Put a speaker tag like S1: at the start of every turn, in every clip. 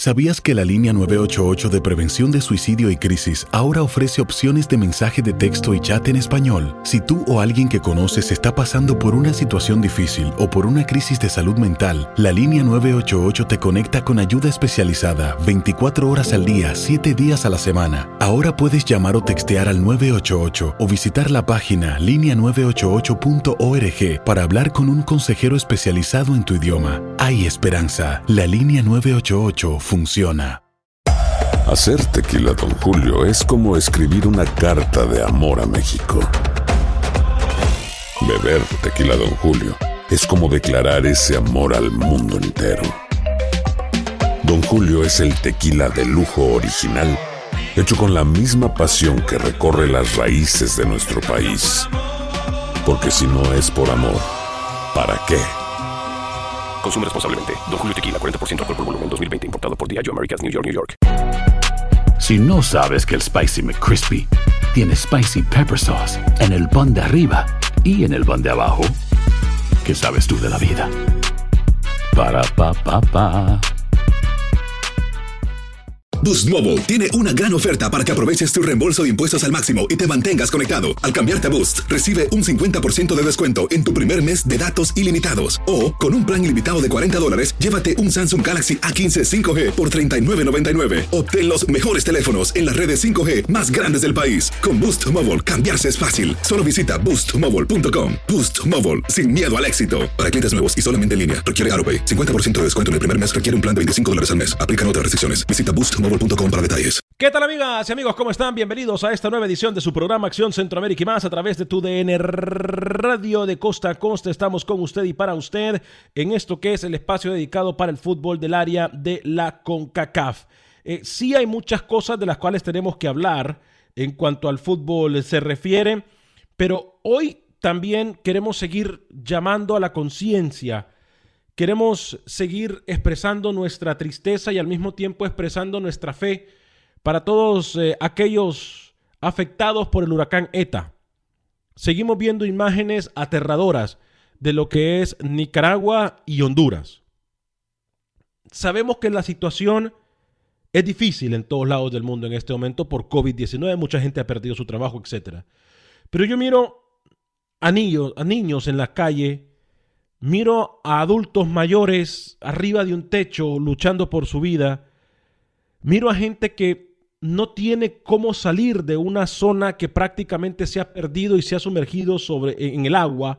S1: ¿Sabías que la línea 988 de prevención de suicidio y crisis ahora ofrece opciones de mensaje de texto y chat en español? Si tú o alguien que conoces está pasando por una situación difícil o por una crisis de salud mental, la línea 988 te conecta con ayuda especializada 24 horas al día, 7 días a la semana. Ahora puedes llamar o textear al 988 o visitar la página linea988.org para hablar con un consejero especializado en tu idioma. Hay esperanza. La línea 988 funciona.
S2: Hacer tequila Don Julio es como escribir una carta de amor a México. Beber tequila Don Julio es como declarar ese amor al mundo entero. Don Julio es el tequila de lujo original, hecho con la misma pasión que recorre las raíces de nuestro país. Porque si no es por amor, ¿para qué?
S3: Consume responsablemente. Don Julio Tequila, 40% alcohol por volumen, 2020. Importado por Diageo Americas, New York, New York.
S4: Si no sabes que el Spicy McCrispy tiene Spicy Pepper Sauce en el pan de arriba y en el pan de abajo, ¿qué sabes tú de la vida? Para, pa, pa, pa.
S5: Boost Mobile tiene una gran oferta para que aproveches tu reembolso de impuestos al máximo y te mantengas conectado. Al cambiarte a Boost, recibe un 50% de descuento en tu primer mes de datos ilimitados. O, con un plan ilimitado de $40, llévate un Samsung Galaxy A15 5G por $39.99. Obtén los mejores teléfonos en las redes 5G más grandes del país. Con Boost Mobile, cambiarse es fácil. Solo visita boostmobile.com. Boost Mobile, sin miedo al éxito. Para clientes nuevos y solamente en línea, requiere AutoPay. 50% de descuento en el primer mes requiere un plan de $25 al mes. Aplican otras restricciones. Visita boostmobile.com para detalles.
S6: ¿Qué tal, amigas y amigos? ¿Cómo están? Bienvenidos a esta nueva edición de su programa Acción Centroamérica y más a través de tu DN Radio de Costa a Costa. Estamos con usted y para usted en esto que es el espacio dedicado para el fútbol del área de la CONCACAF. Sí hay muchas cosas de las cuales tenemos que hablar en cuanto al fútbol se refiere, pero hoy también queremos seguir llamando a la conciencia. Queremos seguir expresando nuestra tristeza y al mismo tiempo expresando nuestra fe para todos aquellos afectados por el huracán ETA. Seguimos viendo imágenes aterradoras de lo que es Nicaragua y Honduras. Sabemos que la situación es difícil en todos lados del mundo en este momento por COVID-19. Mucha gente ha perdido su trabajo, etc. Pero yo miro a niños en la calle. Miro a adultos mayores arriba de un techo luchando por su vida. Miro a gente que no tiene cómo salir de una zona que prácticamente se ha perdido y se ha sumergido en el agua.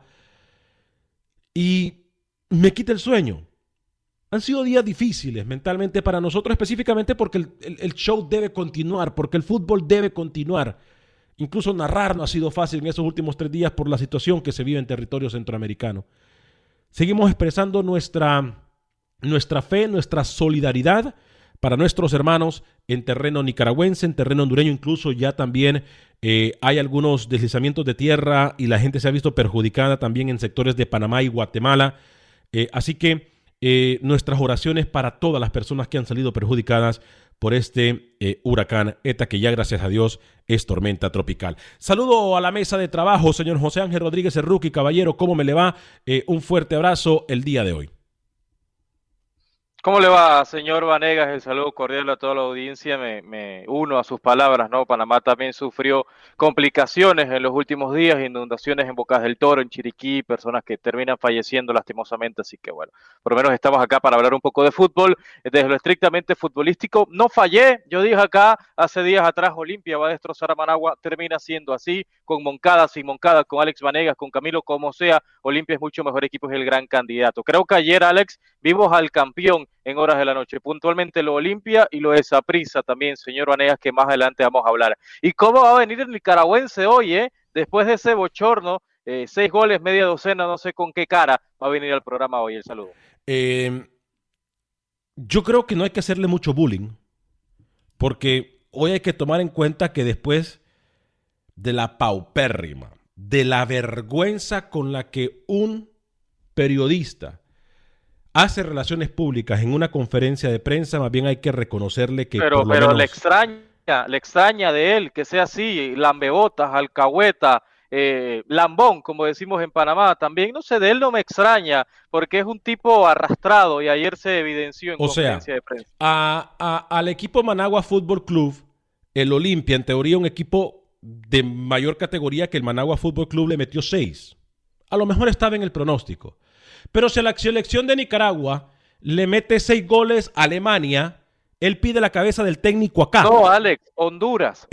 S6: Y me quita el sueño. Han sido días difíciles mentalmente para nosotros, específicamente porque el show debe continuar, porque el fútbol debe continuar. Incluso narrar no ha sido fácil en esos últimos 3 días por la situación que se vive en territorio centroamericano. Seguimos expresando nuestra fe, nuestra solidaridad para nuestros hermanos en terreno nicaragüense, en terreno hondureño. Incluso ya también hay algunos deslizamientos de tierra y la gente se ha visto perjudicada también en sectores de Panamá y Guatemala. Así que nuestras oraciones para todas las personas que han salido perjudicadas por este huracán ETA, que ya gracias a Dios es tormenta tropical. Saludo a la mesa de trabajo, señor José Ángel Rodríguez Erruqui. Caballero, ¿cómo me le va? Un fuerte abrazo el día de hoy.
S7: ¿Cómo le va, señor Vanegas? El saludo cordial a toda la audiencia. Me uno a sus palabras, ¿no? Panamá también sufrió complicaciones en los últimos días, inundaciones en Bocas del Toro, en Chiriquí, personas que terminan falleciendo lastimosamente. Así que bueno, por lo menos estamos acá para hablar un poco de fútbol, desde lo estrictamente futbolístico. No fallé, yo dije acá hace días atrás, Olimpia va a destrozar a Managua, termina siendo así, con Moncada, sin Moncada, con Alex Vanegas, con Camilo, como sea, Olimpia es mucho mejor equipo, es el gran candidato. Creo que ayer, Alex, vimos al campeón en horas de la noche, puntualmente lo Olimpia y lo de Saprissa también, señor Vanegas, que más adelante vamos a hablar. ¿Y cómo va a venir el nicaragüense hoy, después de ese bochorno, 6 goles, media docena, no sé con qué cara va a venir al programa hoy? El saludo.
S6: Yo creo que no hay que hacerle mucho bullying, porque hoy hay que tomar en cuenta que después de la paupérrima, de la vergüenza con la que un periodista hace relaciones públicas en una conferencia de prensa, más bien hay que reconocerle que
S7: pero
S6: menos...
S7: le extraña de él que sea así, lambebotas, alcahueta, lambón, como decimos en Panamá, también, no sé, de él no me extraña, porque es un tipo arrastrado y ayer se evidenció en conferencia de prensa.
S6: Al equipo Managua Fútbol Club, el Olimpia, en teoría un equipo de mayor categoría que el Managua Fútbol Club, le metió 6. A lo mejor estaba en el pronóstico. Pero si a la selección de Nicaragua le mete 6 goles a Alemania, él pide la cabeza del técnico acá.
S7: No, Alex, Honduras.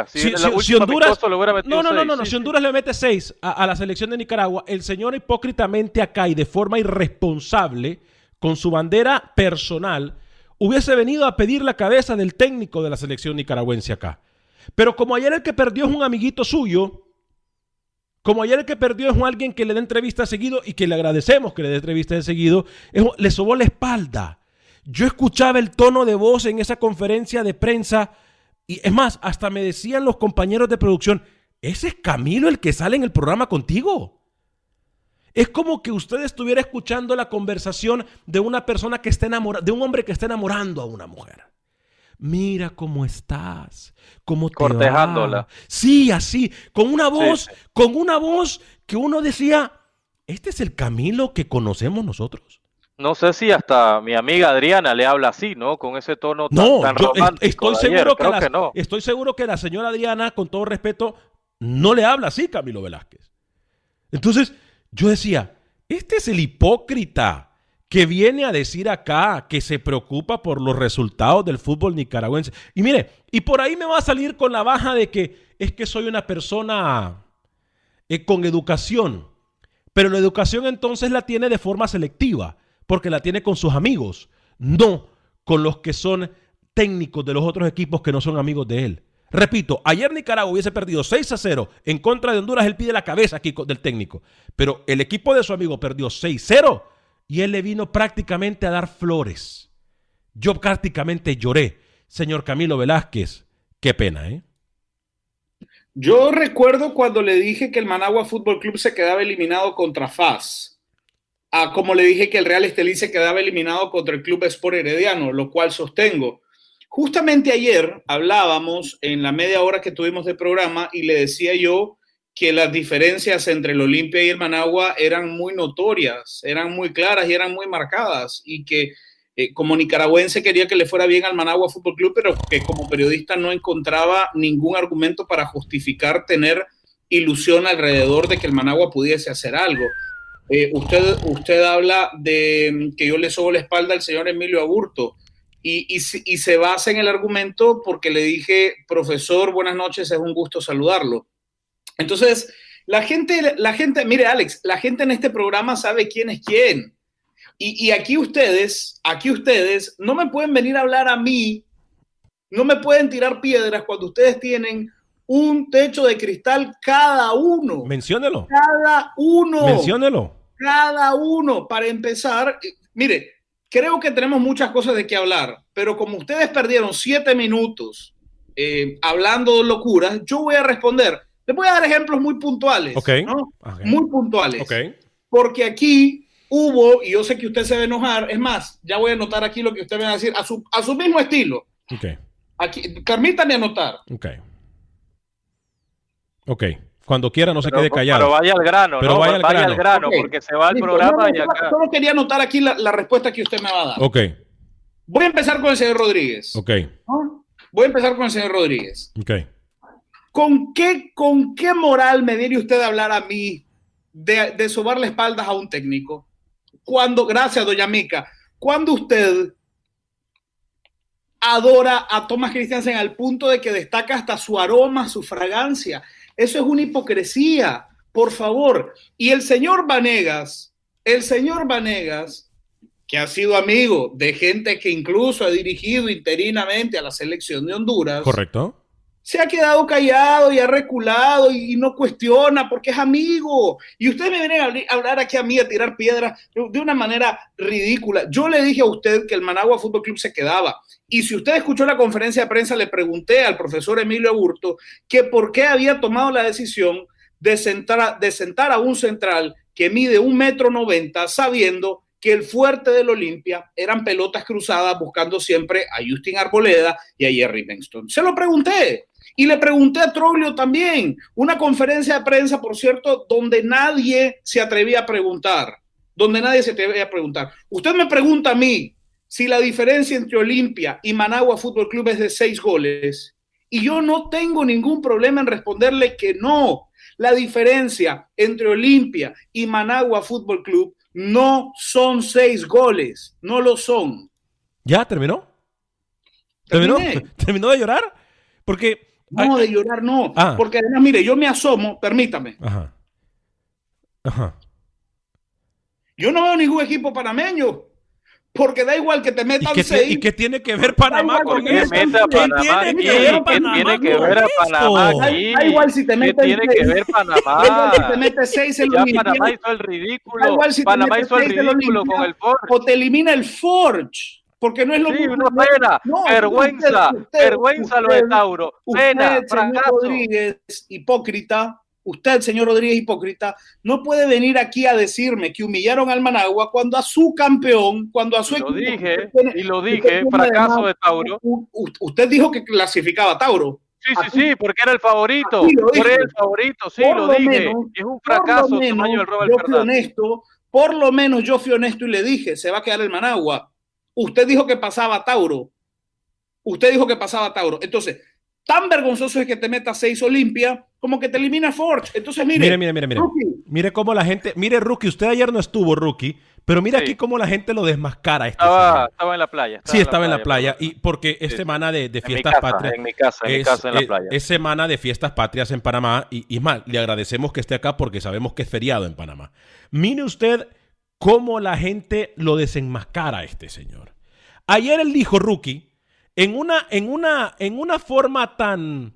S7: Si
S6: Honduras,
S7: no,
S6: si Honduras le mete 6 a la selección de Nicaragua, el señor hipócritamente acá y de forma irresponsable, con su bandera personal, hubiese venido a pedir la cabeza del técnico de la selección nicaragüense acá. Pero como ayer el que perdió es un amiguito suyo, como ayer el que perdió es alguien que le da entrevista seguido y que le agradecemos que le dé entrevista de seguido, le sobó la espalda. Yo escuchaba el tono de voz en esa conferencia de prensa y es más, hasta me decían los compañeros de producción, ¿ese es Camilo el que sale en el programa contigo? Es como que usted estuviera escuchando la conversación de una persona que está enamorada, de un hombre que está enamorando a una mujer. Mira cómo estás, cómo te
S7: cortejándola.
S6: va. Sí, así, con una voz que uno decía, ¿este es el Camilo que conocemos nosotros?
S7: No sé si hasta mi amiga Adriana le habla así, ¿no? Con ese tono tan romántico.
S6: Estoy seguro que la señora Adriana, con todo respeto, no le habla así Camilo Velázquez. Entonces, yo decía, este es el hipócrita que viene a decir acá que se preocupa por los resultados del fútbol nicaragüense. Y mire, y por ahí me va a salir con la baja de que es que soy una persona con educación. Pero la educación entonces la tiene de forma selectiva, porque la tiene con sus amigos, no con los que son técnicos de los otros equipos que no son amigos de él. Repito, ayer Nicaragua hubiese perdido 6-0 en contra de Honduras, él pide la cabeza aquí del técnico, pero el equipo de su amigo perdió 6-0 y él le vino prácticamente a dar flores. Yo prácticamente lloré. Señor Camilo Velázquez, qué pena, ¿eh?
S8: Yo recuerdo cuando le dije que el Managua Fútbol Club se quedaba eliminado contra FAS, como le dije que el Real Estelí se quedaba eliminado contra el Club Sport Herediano, lo cual sostengo. Justamente ayer hablábamos en la media hora que tuvimos de programa y le decía yo que las diferencias entre el Olimpia y el Managua eran muy notorias, eran muy claras y eran muy marcadas y que como nicaragüense quería que le fuera bien al Managua Fútbol Club, pero que como periodista no encontraba ningún argumento para justificar tener ilusión alrededor de que el Managua pudiese hacer algo. Usted habla de que yo le sobo la espalda al señor Emilio Aburto y se basa en el argumento porque le dije, profesor, buenas noches, es un gusto saludarlo. Entonces, la gente, mire Alex, la gente en este programa sabe quién es quién. Y aquí ustedes no me pueden venir a hablar a mí, no me pueden tirar piedras cuando ustedes tienen un techo de cristal cada uno.
S6: Menciónelo.
S8: Cada uno.
S6: Menciónelo.
S8: Cada uno. Para empezar, mire, creo que tenemos muchas cosas de qué hablar, pero como ustedes perdieron 7 minutos hablando locuras, yo voy a responder. Les voy a dar ejemplos muy puntuales.
S6: Okay.
S8: ¿No?
S6: Okay.
S8: Muy puntuales.
S6: Okay.
S8: Porque aquí hubo, y yo sé que usted se va a enojar, es más, ya voy a anotar aquí lo que usted me va a decir a su mismo estilo.
S6: Okay.
S8: Aquí, permítame anotar.
S6: Ok. Cuando quiera, no se quede callado.
S7: Pero vaya al grano,
S6: pero
S7: ¿no?
S6: Vaya al grano,
S8: okay.
S7: Porque se va al programa y acá.
S8: Solo quería anotar aquí la respuesta que usted me va a dar.
S6: Ok.
S8: Voy a empezar con el señor Rodríguez.
S6: Ok.
S8: ¿No? Voy a empezar con el señor Rodríguez.
S6: Ok.
S8: ¿Con qué moral me viene usted a hablar a mí de sobarle espaldas a un técnico? Gracias, doña Mica, cuando usted adora a Thomas Christiansen al punto de que destaca hasta su aroma, su fragancia. Eso es una hipocresía, por favor. Y el señor Vanegas, que ha sido amigo de gente que incluso ha dirigido interinamente a la selección de Honduras.
S6: Correcto.
S8: Se ha quedado callado y ha reculado y no cuestiona porque es amigo. Y ustedes me vienen a hablar aquí a mí, a tirar piedras de una manera ridícula. Yo le dije a usted que el Managua Fútbol Club se quedaba. Y si usted escuchó la conferencia de prensa, le pregunté al profesor Emilio Aburto que por qué había tomado la decisión de sentar a un central que mide 1,90 m, sabiendo que el fuerte del Olimpia eran pelotas cruzadas buscando siempre a Justin Arboleda y a Jerry Benston. Se lo pregunté. Y le pregunté a Troglio también, una conferencia de prensa, por cierto, donde nadie se atrevía a preguntar. Usted me pregunta a mí si la diferencia entre Olimpia y Managua Fútbol Club es de 6 goles, y yo no tengo ningún problema en responderle que no. La diferencia entre Olimpia y Managua Fútbol Club no son 6 goles, no lo son.
S6: ¿Ya terminó? ¿Terminó de llorar? Porque...
S8: No, de llorar no. Porque además, mire, yo me asomo, permítame.
S6: Ajá.
S8: Yo no veo ningún equipo panameño. Porque da igual que te metan 6.
S6: ¿Y qué tiene que ver Panamá con eso?
S7: ¿Qué tiene que ver a Panamá aquí?
S8: Da igual si te meten 6.
S7: ¿Qué tiene que ver Panamá?
S8: Da igual si te metes 6 en
S7: ya Panamá hizo el ridículo. Panamá hizo el ridículo con el Forge.
S8: O te elimina el Forge. Porque no es lo mismo.
S7: Sí, una pena. Vergüenza lo de Tauro. Pena,
S8: señor Rodríguez, hipócrita. Usted, señor Rodríguez, hipócrita, no puede venir aquí a decirme que humillaron al Managua cuando a su campeón, cuando a su equipo...
S7: Lo dije, fracaso además, de Tauro.
S8: Usted dijo que clasificaba a Tauro.
S7: Sí, porque era el favorito. Sí, lo dije. Es un fracaso tamaño del Robert Fernández.
S8: Por lo menos yo fui honesto y le dije, se va a quedar el Managua. Usted dijo que pasaba a Tauro. Entonces, tan vergonzoso es que te meta 6 Olimpia como que te elimina Forge. Entonces, mire.
S6: Mire cómo la gente... Mire, Rookie, usted ayer no estuvo, Rookie, pero mire aquí cómo la gente lo desmascara. Estaba
S7: en la playa.
S6: Estaba en la playa. Y porque es semana de fiestas patrias.
S7: En mi casa, en la playa.
S6: Es semana de fiestas patrias en Panamá. Y es más, le agradecemos que esté acá porque sabemos que es feriado en Panamá. Mire usted cómo la gente lo desenmascara a este señor. Ayer él dijo, Rookie, en una forma tan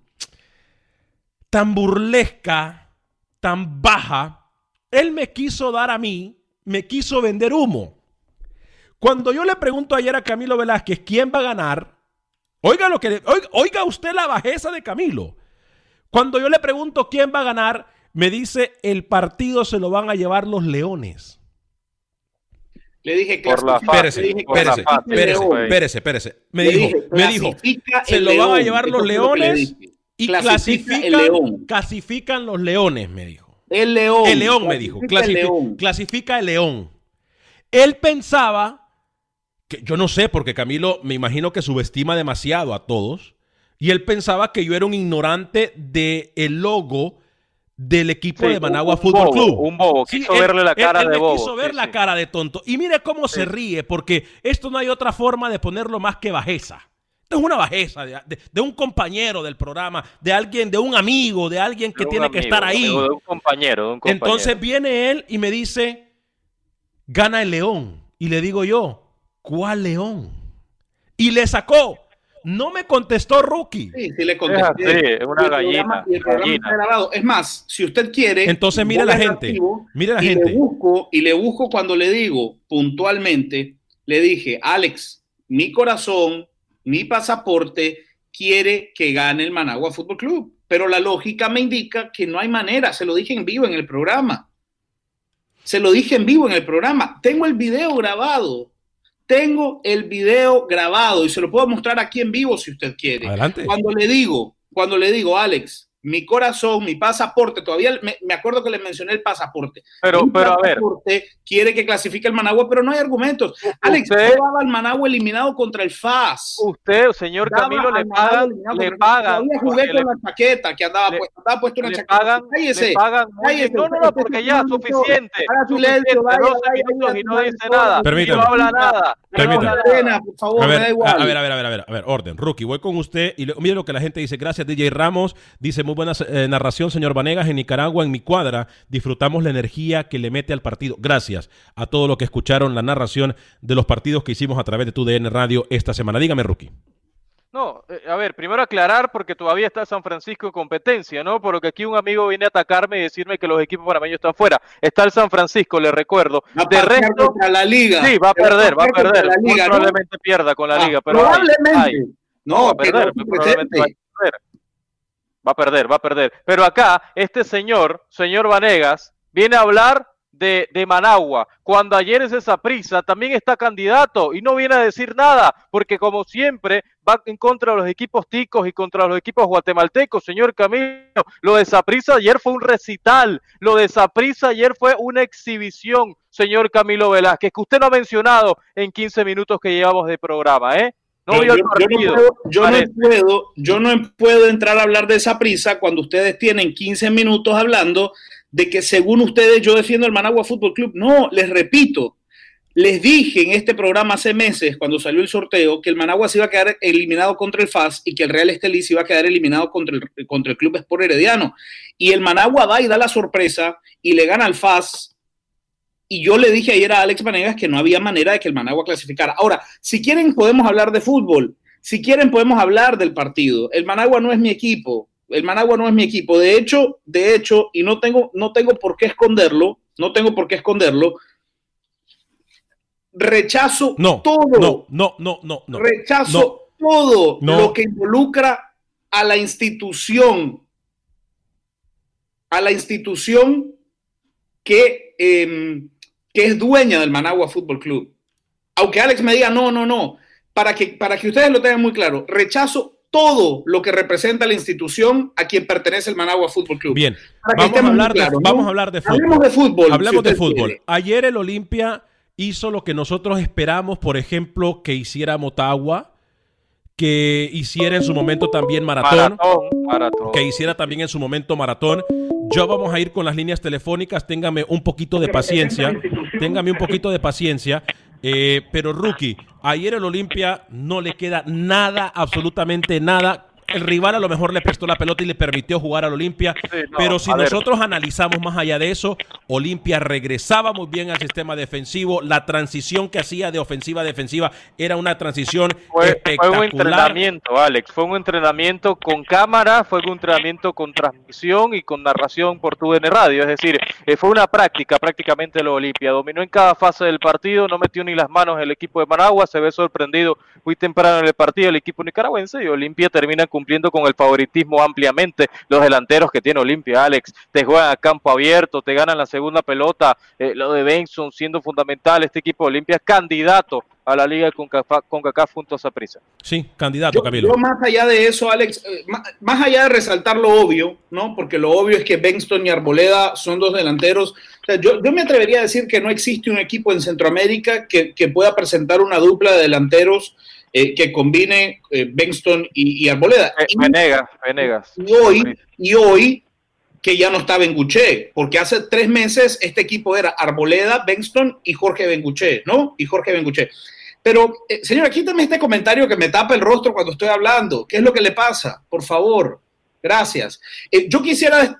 S6: burlesca, tan baja, él me quiso vender humo. Cuando yo le pregunto ayer a Camilo Velázquez quién va a ganar, oiga usted la bajeza de Camilo. Cuando yo le pregunto quién va a ganar, me dice el partido se lo van a llevar los Leones.
S8: Le dije
S6: que espérese. Me dijo, se lo van a llevar los Leones y clasifican los Leones, me dijo.
S8: El León
S6: me dijo. Clasifica el León. Él pensaba que, yo no sé, porque Camilo me imagino que subestima demasiado a todos, y él pensaba que yo era un ignorante del logo del equipo de Managua Fútbol Club.
S7: Un bobo, quiso verle la cara de bobo.
S6: Quiso ver la cara de tonto. Y mire cómo se ríe, porque esto no hay otra forma de ponerlo más que bajeza. Esto es una bajeza de un compañero del programa, de alguien, de un amigo, de alguien que tiene que estar ahí.
S7: De un compañero.
S6: Entonces viene él y me dice, gana el León. Y le digo yo, ¿cuál León? Y le sacó. No me contestó Rookie.
S8: Sí, le contesté.
S7: Es una gallina.
S8: Es más, si usted quiere...
S6: Entonces mira la gente.
S8: Le busco cuando le digo puntualmente, le dije, Alex, mi corazón, mi pasaporte quiere que gane el Managua Fútbol Club. Pero la lógica me indica que no hay manera. Se lo dije en vivo en el programa. Tengo el video grabado. Y se lo puedo mostrar aquí en vivo si usted quiere.
S6: Adelante.
S8: Cuando le digo, Alex, mi corazón, mi pasaporte, todavía me acuerdo que le mencioné el pasaporte.
S7: Pero a ver.
S8: Quiere que clasifique el Managua, pero no hay argumentos. Alex, usted daba al Managua eliminado contra el FAS.
S7: Usted, señor Camilo, le pagan.
S8: Todavía jugué con la chaqueta que andaba puesto una chaqueta.
S7: Cállese. No, porque ya es suficiente. Y no dice nada.
S6: Permítame.
S7: No habla nada.
S8: Por favor,
S6: a
S8: me da igual.
S6: A ver, orden. Rookie, voy con usted y mire lo que la gente dice. Gracias, DJ Ramos. Dice, muy buena narración, señor Vanegas. En Nicaragua, en mi cuadra, disfrutamos la energía que le mete al partido. Gracias a todos los que escucharon la narración de los partidos que hicimos a través de TUDN Radio esta semana. Dígame, Rookie.
S7: No, a ver, primero aclarar porque todavía está San Francisco en competencia, ¿no? Porque aquí un amigo viene a atacarme y decirme que los equipos panameños están fuera. Está el San Francisco, le recuerdo.
S8: De resto, contra la Liga.
S7: Sí, va a perder. Muy probablemente pierda con la Liga, pero
S8: probablemente.
S7: Va a perder. Pero acá, este señor Vanegas, viene a hablar de Managua, cuando ayer es esa prisa, también está candidato y no viene a decir nada, porque como siempre va en contra de los equipos ticos y contra los equipos guatemaltecos, señor Camilo. Lo de Saprissa ayer fue un recital, lo de Saprissa ayer fue una exhibición, señor Camilo Velázquez, que usted no ha mencionado en 15 minutos que llevamos de programa, ¿eh? No vio el partido.
S8: Yo no puedo entrar a hablar de Saprissa cuando ustedes tienen 15 minutos hablando de que según ustedes yo defiendo el Managua Fútbol Club. No, les repito, les dije en este programa hace meses, cuando salió el sorteo, que el Managua se iba a quedar eliminado contra el FAS y que el Real Estelí se iba a quedar eliminado contra el Club Sport Herediano. Y el Managua va y da la sorpresa y le gana al FAS. Y yo le dije ayer a Alex Vanegas que no había manera de que el Managua clasificara. Ahora, si quieren podemos hablar de fútbol, si quieren podemos hablar del partido. El Managua no es mi equipo. El Managua no es mi equipo. De hecho, y no tengo por qué esconderlo, rechazo todo. Rechazo todo lo que involucra a la institución que es dueña del Managua Fútbol Club. Aunque Alex me diga no, para que ustedes lo tengan muy claro, rechazo todo lo que representa la institución a quien pertenece el Managua Fútbol Club.
S6: Bien, vamos a hablar de fútbol. Hablemos de fútbol. Ayer el Olimpia hizo lo que nosotros esperamos, por ejemplo, que hiciera Motagua, que hiciera en su momento también Maratón. Que hiciera también en su momento Maratón. Yo vamos a ir con las líneas telefónicas, téngame un poquito de paciencia, pero Rookie, ayer el Olimpia no le queda nada, absolutamente nada. El rival a lo mejor le prestó la pelota y le permitió jugar al Olimpia, pero si nosotros analizamos más allá de eso, Olimpia regresaba muy bien al sistema defensivo, la transición que hacía de ofensiva a defensiva era una transición espectacular.
S7: Fue un entrenamiento, Alex, fue un entrenamiento con cámara, fue un entrenamiento con transmisión y con narración por TUDN Radio, es decir, fue una práctica prácticamente lo Olimpia, dominó en cada fase del partido, no metió ni las manos el equipo de Managua, se ve sorprendido muy temprano en el partido el equipo nicaragüense y Olimpia termina cumpliendo con el favoritismo ampliamente. Los delanteros que tiene Olimpia, Alex, te juegan a campo abierto, te ganan la segunda pelota, lo de Benson siendo fundamental. Este equipo de Olimpia es candidato a la Liga con CONCACAF junto a Saprissa.
S6: Sí, candidato, Camilo.
S8: Yo más allá de eso, Alex, más allá de resaltar lo obvio, ¿no? Porque lo obvio es que Benston y Arboleda son dos delanteros. O sea, yo me atrevería a decir que no existe un equipo en Centroamérica que pueda presentar una dupla de delanteros que combine Benston y Arboleda.
S7: Venegas.
S8: Y hoy que ya no está Benguché, porque hace 3 meses este equipo era Arboleda, Benston y Jorge Benguché, ¿no? Pero, señora, quítame este comentario que me tapa el rostro cuando estoy hablando. ¿Qué es lo que le pasa? Por favor. Gracias. Yo quisiera...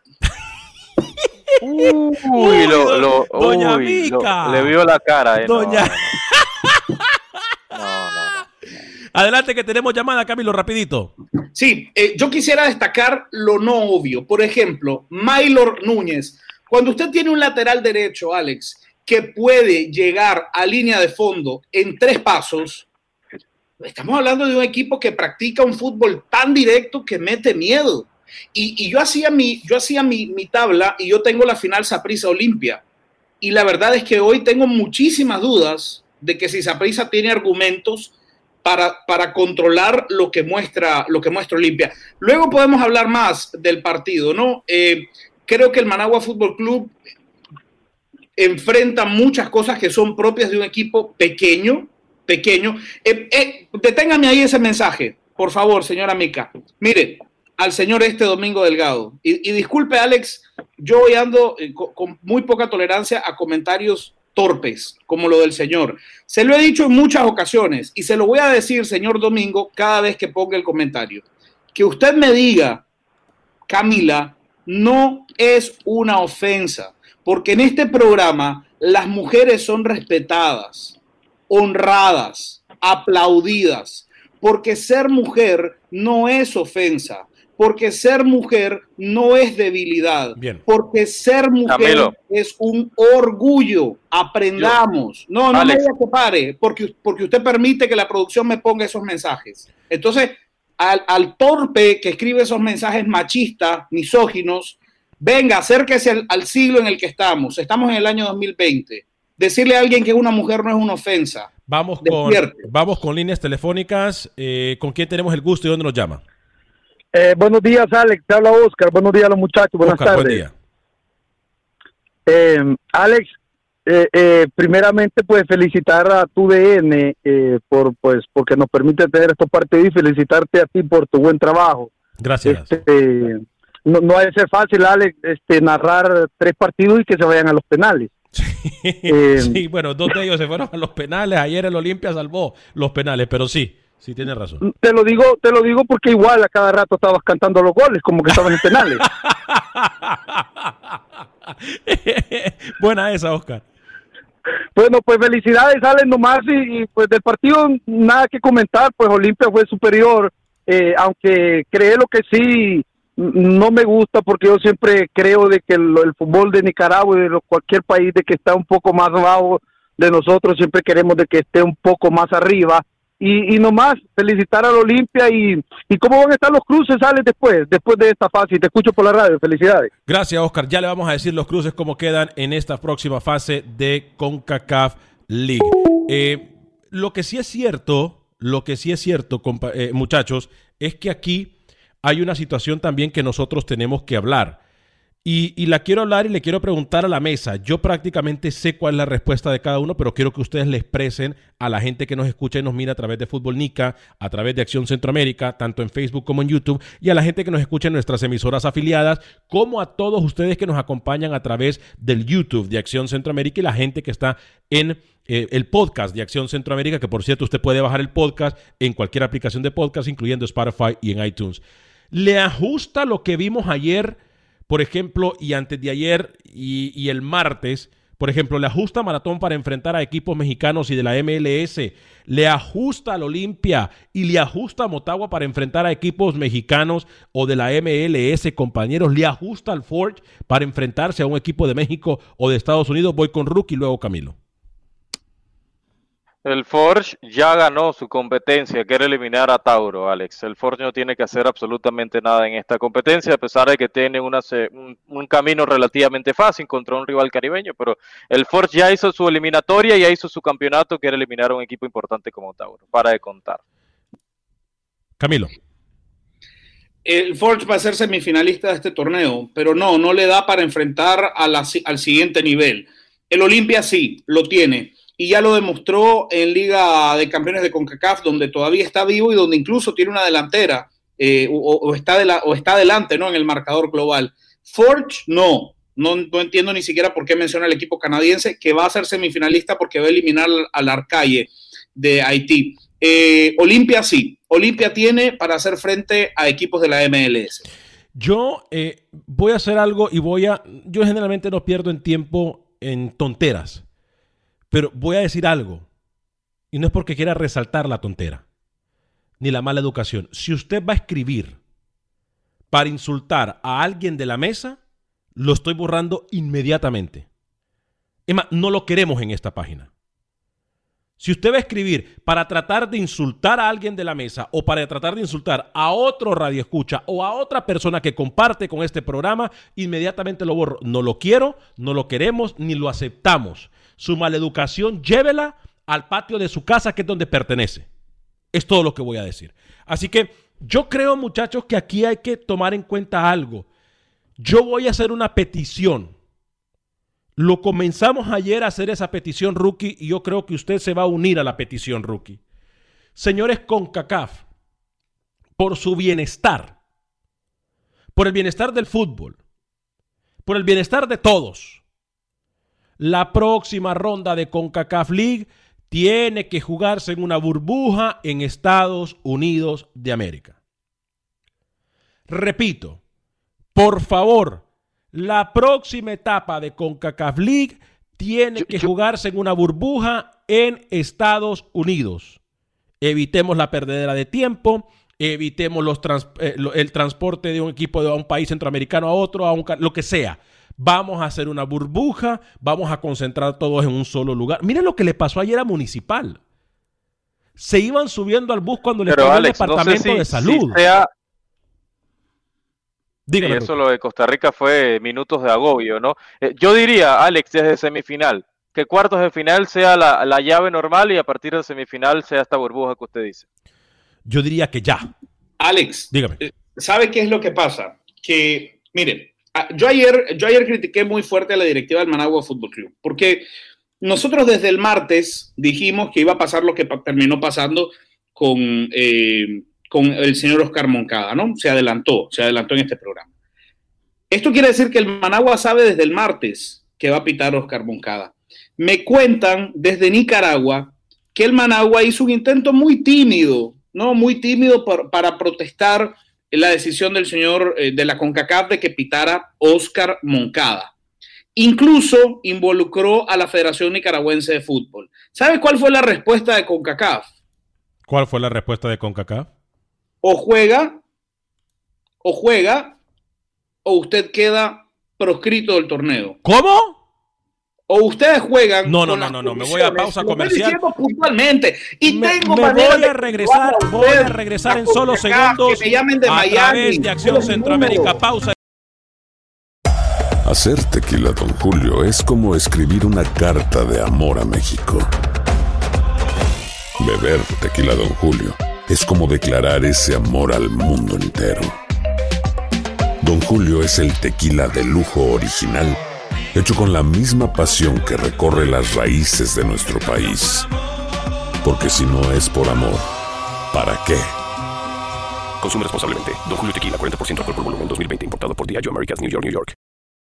S6: Doña Mica.
S7: Le vio la cara.
S6: Doña... Adelante que tenemos llamada, Camilo, rapidito.
S8: Sí, yo quisiera destacar lo no obvio. Por ejemplo, Maylor Núñez. Cuando usted tiene un lateral derecho, Alex, que puede llegar a línea de fondo en 3 pasos, estamos hablando de un equipo que practica un fútbol tan directo que mete miedo. Y yo hacía mi tabla y yo tengo la final Saprissa Olimpia. Y la verdad es que hoy tengo muchísimas dudas de que si Saprissa tiene argumentos para controlar lo que muestra Olimpia. Luego podemos hablar más del partido, ¿no? Creo que el Managua Fútbol Club enfrenta muchas cosas que son propias de un equipo pequeño. Deténgame ahí ese mensaje, por favor, señora Mica. Mire, al señor Domingo Delgado. Y disculpe, Alex, yo hoy ando con muy poca tolerancia a comentarios torpes, como lo del señor. Se lo he dicho en muchas ocasiones y se lo voy a decir, señor Domingo, cada vez que ponga el comentario. Que usted me diga, Camila, no es una ofensa, porque en este programa las mujeres son respetadas, honradas, aplaudidas, porque ser mujer no es ofensa. Porque ser mujer no es debilidad.
S6: Bien.
S8: Porque ser mujer, Camilo, es un orgullo. Aprendamos. No me diga que pare, porque usted permite que la producción me ponga esos mensajes. Entonces, al torpe que escribe esos mensajes machistas, misóginos, venga, acérquese al siglo en el que estamos. Estamos en el año 2020. Decirle a alguien que una mujer no es una ofensa.
S6: Vamos con líneas telefónicas. ¿Con quién tenemos el gusto y dónde nos llama?
S9: Buenos días, Alex. Te habla Oscar. Buenos días a los muchachos. Buenas tardes.
S6: Buen día.
S9: Alex, primeramente, pues felicitar a TUDN porque nos permite tener estos partidos y felicitarte a ti por tu buen trabajo.
S6: Gracias.
S9: No ha de ser fácil, Alex, narrar 3 partidos y que se vayan a los penales.
S6: Sí, bueno, 2 de ellos se fueron a los penales. Ayer el Olimpia salvó los penales, pero sí tienes razón.
S9: Te lo digo porque igual a cada rato estabas cantando los goles, como que estaban en penales.
S6: Buena esa, Oscar.
S9: Bueno, pues felicidades, Alex, nomás, y pues del partido nada que comentar, pues Olimpia fue superior, aunque creo lo que sí no me gusta, porque yo siempre creo de que el fútbol de Nicaragua y de cualquier país de que está un poco más abajo de nosotros, siempre queremos de que esté un poco más arriba, y nomás felicitar al Olimpia y cómo van a estar los cruces, Alex, después de esta fase. Te escucho por la radio, felicidades.
S6: Gracias, Oscar. Ya le vamos a decir los cruces cómo quedan en esta próxima fase de CONCACAF League. Lo que sí es cierto, muchachos, es que aquí hay una situación también que nosotros tenemos que hablar. Y la quiero hablar y le quiero preguntar a la mesa. Yo prácticamente sé cuál es la respuesta de cada uno, pero quiero que ustedes le expresen a la gente que nos escucha y nos mira a través de Fútbol Nica, a través de Acción Centroamérica, tanto en Facebook como en YouTube, y a la gente que nos escucha en nuestras emisoras afiliadas, como a todos ustedes que nos acompañan a través del YouTube de Acción Centroamérica y la gente que está en el podcast de Acción Centroamérica, que por cierto usted puede bajar el podcast en cualquier aplicación de podcast, incluyendo Spotify y en iTunes. ¿Le ajusta lo que vimos ayer, por ejemplo, y antes de ayer y el martes? Por ejemplo, le ajusta Maratón para enfrentar a equipos mexicanos y de la MLS, le ajusta al Olimpia y le ajusta a Motagua para enfrentar a equipos mexicanos o de la MLS, compañeros, le ajusta al Forge para enfrentarse a un equipo de México o de Estados Unidos. Voy con Rookie y luego Camilo.
S7: El Forge ya ganó su competencia, quiere eliminar a Tauro, Alex. El Forge no tiene que hacer absolutamente nada en esta competencia, a pesar de que tiene un camino relativamente fácil contra un rival caribeño, pero el Forge ya hizo su eliminatoria, ya hizo su campeonato, quiere eliminar a un equipo importante como Tauro, para de contar.
S6: Camilo.
S8: El Forge va a ser semifinalista de este torneo, pero no le da para enfrentar al siguiente nivel. El Olimpia sí, lo tiene. Y ya lo demostró en Liga de Campeones de CONCACAF, donde todavía está vivo y donde incluso tiene una delantera, o está adelante, ¿no?, en el marcador global. Forge no entiendo ni siquiera por qué menciona el equipo canadiense, que va a ser semifinalista porque va a eliminar al Arcaye de Haití. Olimpia sí, Olimpia tiene para hacer frente a equipos de la MLS.
S6: Yo voy a hacer algo y yo generalmente no pierdo en tiempo en tonteras. Pero voy a decir algo, y no es porque quiera resaltar la tontera, ni la mala educación. Si usted va a escribir para insultar a alguien de la mesa, lo estoy borrando inmediatamente. Es más, no lo queremos en esta página. Si usted va a escribir para tratar de insultar a alguien de la mesa o para tratar de insultar a otro radioescucha o a otra persona que comparte con este programa, inmediatamente lo borro. No lo quiero, no lo queremos, ni lo aceptamos. Su maleducación, llévela al patio de su casa, que es donde pertenece. Es todo lo que voy a decir. Así que yo creo, muchachos, que aquí hay que tomar en cuenta algo. Yo voy a hacer una petición. Lo comenzamos ayer a hacer esa petición, Rookie, y yo creo que usted se va a unir a la petición, Rookie. Señores CONCACAF, por su bienestar, por el bienestar del fútbol, por el bienestar de todos, la próxima ronda de CONCACAF League tiene que jugarse en una burbuja en Estados Unidos de América. Repito, por favor, la próxima etapa de CONCACAF League tiene que jugarse en una burbuja en Estados Unidos. Evitemos la perdedera de tiempo, evitemos el transporte de un equipo de un país centroamericano a otro, lo que sea. Vamos a hacer una burbuja, vamos a concentrar todos en un solo lugar. Miren lo que le pasó ayer a Municipal. Se iban subiendo al bus cuando le cayó el departamento de salud.
S7: Dígame, y eso lo de Costa Rica fue minutos de agobio, ¿no? Yo diría, Alex, desde semifinal, que cuartos de final sea la llave normal y a partir de semifinal sea esta burbuja que usted dice?
S6: Yo diría que ya.
S8: Alex,
S6: dígame.
S8: ¿Sabe qué es lo que pasa? Que, miren, yo ayer critiqué muy fuerte a la directiva del Managua Fútbol Club, porque nosotros desde el martes dijimos que iba a pasar lo que terminó pasando con el señor Oscar Moncada, ¿no? Se adelantó en este programa. Esto quiere decir que el Managua sabe desde el martes que va a pitar Oscar Moncada. Me cuentan desde Nicaragua que el Managua hizo un intento muy tímido, ¿no? Muy tímido para protestar la decisión del señor de la CONCACAF de que pitara Oscar Moncada. Incluso involucró a la Federación Nicaragüense de Fútbol. ¿Sabe cuál fue la respuesta de CONCACAF?
S6: ¿Cuál fue la respuesta de CONCACAF?
S8: O juega, o usted queda proscrito del torneo.
S6: ¿Cómo?
S8: O ustedes juegan.
S6: No, me voy a pausa comercial.
S8: Lo estoy diciendo puntualmente. Y tengo
S6: voy a regresar en solo segundos
S8: que me llamen de
S6: a
S8: Miami,
S6: través de Acción Centroamérica. Pausa.
S2: Hacer tequila Don Julio es como escribir una carta de amor a México. Beber tequila Don Julio es como declarar ese amor al mundo entero. Don Julio es el tequila de lujo original, hecho con la misma pasión que recorre las raíces de nuestro país. Porque si no es por amor, ¿para qué?
S3: Consume responsablemente. Don Julio Tequila, 40% alcohol por volumen, 2020. Importado por Diageo Americas, New York, New York.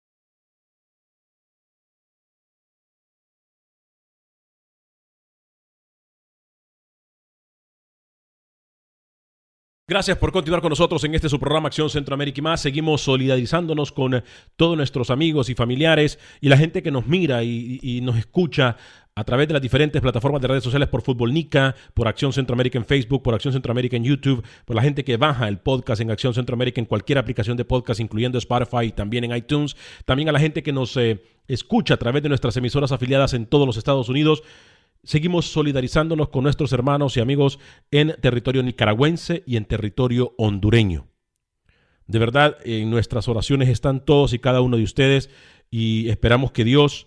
S6: Gracias por continuar con nosotros en su programa Acción Centroamérica y más. Seguimos solidarizándonos con todos nuestros amigos y familiares y la gente que nos mira y nos escucha a través de las diferentes plataformas de redes sociales, por Fútbol Nica, por Acción Centroamérica en Facebook, por Acción Centroamérica en YouTube, por la gente que baja el podcast en Acción Centroamérica en cualquier aplicación de podcast, incluyendo Spotify y también en iTunes. También a la gente que nos escucha a través de nuestras emisoras afiliadas en todos los Estados Unidos. Seguimos solidarizándonos con nuestros hermanos y amigos en territorio nicaragüense y en territorio hondureño. De verdad, en nuestras oraciones están todos y cada uno de ustedes y esperamos que Dios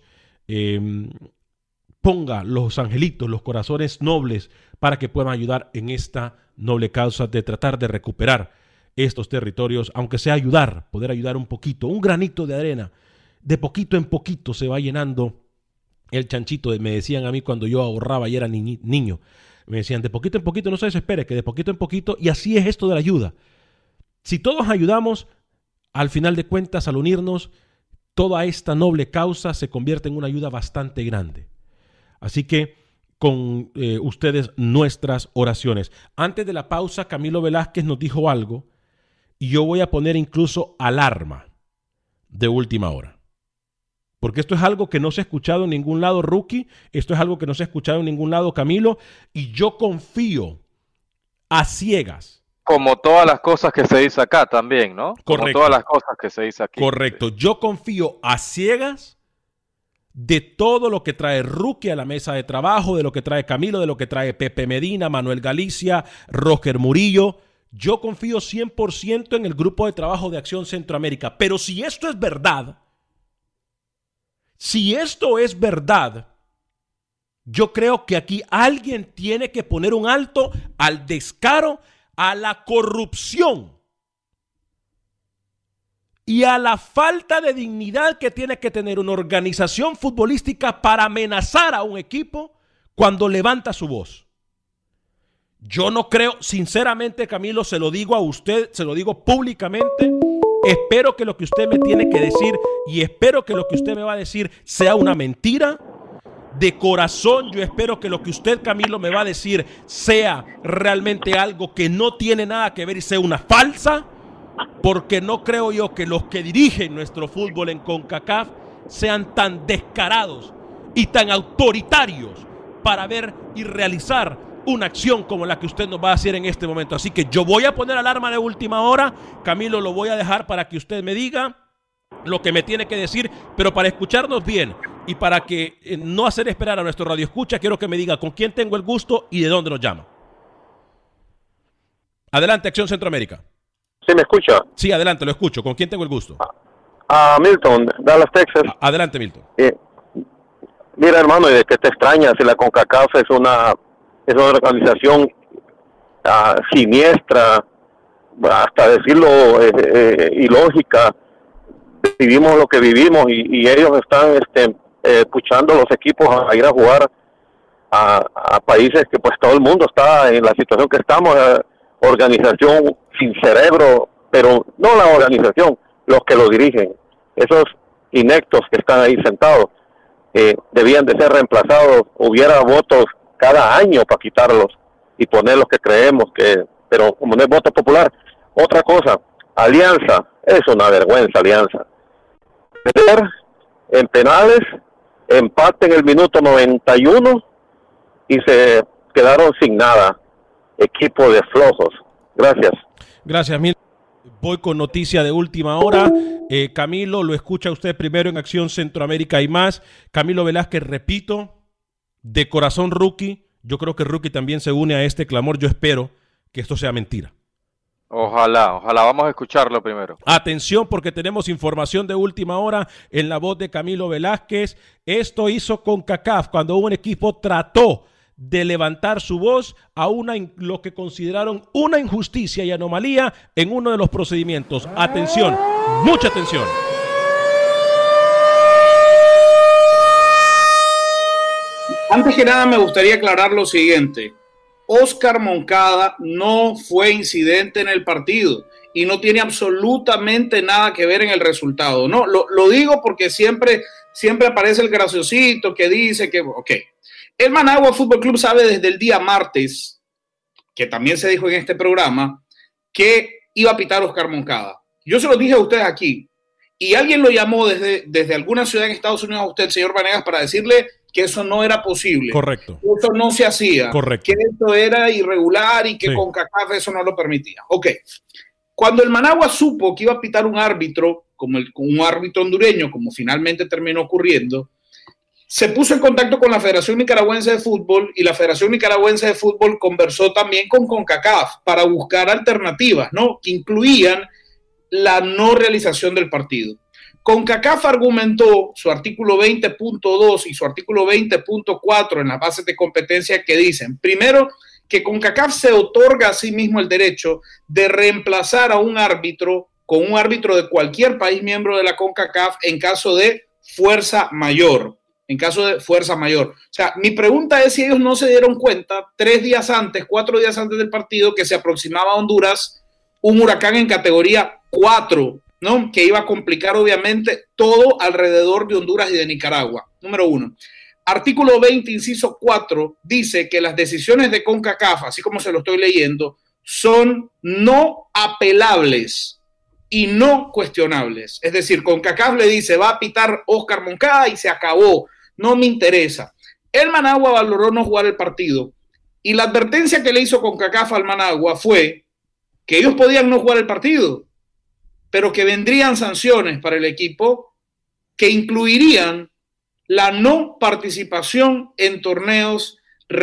S6: ponga los angelitos, los corazones nobles para que puedan ayudar en esta noble causa de tratar de recuperar estos territorios, aunque sea poder ayudar un poquito, un granito de arena. De poquito en poquito se va llenando el chanchito. Me decían a mí cuando yo ahorraba y era niño, me decían, de poquito en poquito, no se desespere, que de poquito en poquito, y así es esto de la ayuda. Si todos ayudamos, al final de cuentas, al unirnos, toda esta noble causa se convierte en una ayuda bastante grande. Así que con ustedes nuestras oraciones. Antes de la pausa, Camilo Velázquez nos dijo algo y yo voy a poner incluso alarma de última hora. Porque esto es algo que no se ha escuchado en ningún lado, Rookie. Esto es algo que no se ha escuchado en ningún lado, Camilo. Y yo confío a ciegas.
S7: Como todas las cosas que se dice acá también, ¿no?
S6: Correcto.
S7: Como todas las cosas que se dice aquí.
S6: Correcto. Yo confío a ciegas de todo lo que trae Rookie a la mesa de trabajo, de lo que trae Camilo, de lo que trae Pepe Medina, Manuel Galicia, Roger Murillo. Yo confío 100% en el grupo de trabajo de Acción Centroamérica. Pero si esto es verdad... Si esto es verdad, yo creo que aquí alguien tiene que poner un alto al descaro, a la corrupción y a la falta de dignidad que tiene que tener una organización futbolística para amenazar a un equipo cuando levanta su voz. Yo no creo, sinceramente, Camilo, se lo digo a usted, se lo digo públicamente. Espero que lo que usted me tiene que decir y espero que lo que usted me va a decir sea una mentira. De corazón, yo espero que lo que usted, Camilo, me va a decir sea realmente algo que no tiene nada que ver y sea una falsa, porque no creo yo que los que dirigen nuestro fútbol en CONCACAF sean tan descarados y tan autoritarios para ver y realizar una acción como la que usted nos va a hacer en este momento. Así que yo voy a poner alarma de última hora. Camilo, lo voy a dejar para que usted me diga lo que me tiene que decir, pero para escucharnos bien y para que no hacer esperar a nuestro radio escucha, quiero que me diga con quién tengo el gusto y de dónde nos llama. Adelante, Acción Centroamérica.
S10: ¿Sí me escucha?
S6: Sí, adelante, lo escucho. ¿Con quién tengo el gusto?
S10: Milton, Dallas, Texas.
S6: Adelante, Milton.
S10: Mira, hermano, ¿y de qué te extrañas? Si la CONCACAF es una organización siniestra, hasta decirlo ilógica. Vivimos lo que vivimos y ellos están puchando los equipos a ir a jugar a países que pues todo el mundo está en la situación que estamos, organización sin cerebro, pero no la organización, los que lo dirigen, esos ineptos que están ahí sentados, debían de ser reemplazados. Hubiera votos cada año para quitarlos y poner los que creemos pero como no es voto popular. Otra cosa, Alianza, es una vergüenza Alianza. Perder en penales, empate en el minuto 91 y se quedaron sin nada. Equipo de flojos. Gracias.
S6: Gracias, mil. Voy con noticia de última hora. Camilo, lo escucha usted primero en Acción Centroamérica y más. Camilo Velázquez, repito, de corazón Rookie. Yo creo que Rookie también se une a este clamor. Yo espero que esto sea mentira.
S7: Ojalá. Vamos a escucharlo primero.
S6: Atención, porque tenemos información de última hora en la voz de Camilo Velázquez. Esto hizo CONCACAF cuando un equipo trató de levantar su voz a lo que consideraron una injusticia y anomalía en uno de los procedimientos. Atención, mucha atención.
S8: Antes que nada me gustaría aclarar lo siguiente. Oscar Moncada no fue incidente en el partido y no tiene absolutamente nada que ver en el resultado. No, lo digo porque siempre aparece el graciosito que dice que, ok, el Managua Fútbol Club sabe desde el día martes, que también se dijo en este programa, que iba a pitar Oscar Moncada. Yo se lo dije a ustedes aquí y alguien lo llamó desde alguna ciudad en Estados Unidos a usted, el señor Vanegas, para decirle que eso no era posible.
S6: Correcto.
S8: Que eso no se hacía.
S6: Correcto.
S8: Que eso era irregular y que CONCACAF eso no lo permitía. Ok. Cuando el Managua supo que iba a pitar un árbitro, como un árbitro hondureño, como finalmente terminó ocurriendo, se puso en contacto con la Federación Nicaragüense de Fútbol y la Federación Nicaragüense de Fútbol conversó también con CONCACAF para buscar alternativas, ¿no? Que incluían la no realización del partido. CONCACAF argumentó su artículo 20.2 y su artículo 20.4 en las bases de competencia que dicen, primero, que CONCACAF se otorga a sí mismo el derecho de reemplazar a un árbitro con un árbitro de cualquier país miembro de la CONCACAF en caso de fuerza mayor. En caso de fuerza mayor. O sea, mi pregunta es si ellos no se dieron cuenta 4 días antes del partido que se aproximaba a Honduras un huracán en categoría 4, ¿no? Que iba a complicar obviamente todo alrededor de Honduras y de Nicaragua. Número 1. Artículo 20, inciso 4, dice que las decisiones de CONCACAF, así como se lo estoy leyendo, son no apelables y no cuestionables. Es decir, CONCACAF le dice, va a pitar Oscar Moncada y se acabó. No me interesa. El Managua valoró no jugar el partido y la advertencia que le hizo CONCACAF al Managua fue que ellos podían no jugar el partido, pero que vendrían sanciones para el equipo que incluirían la no participación en torneos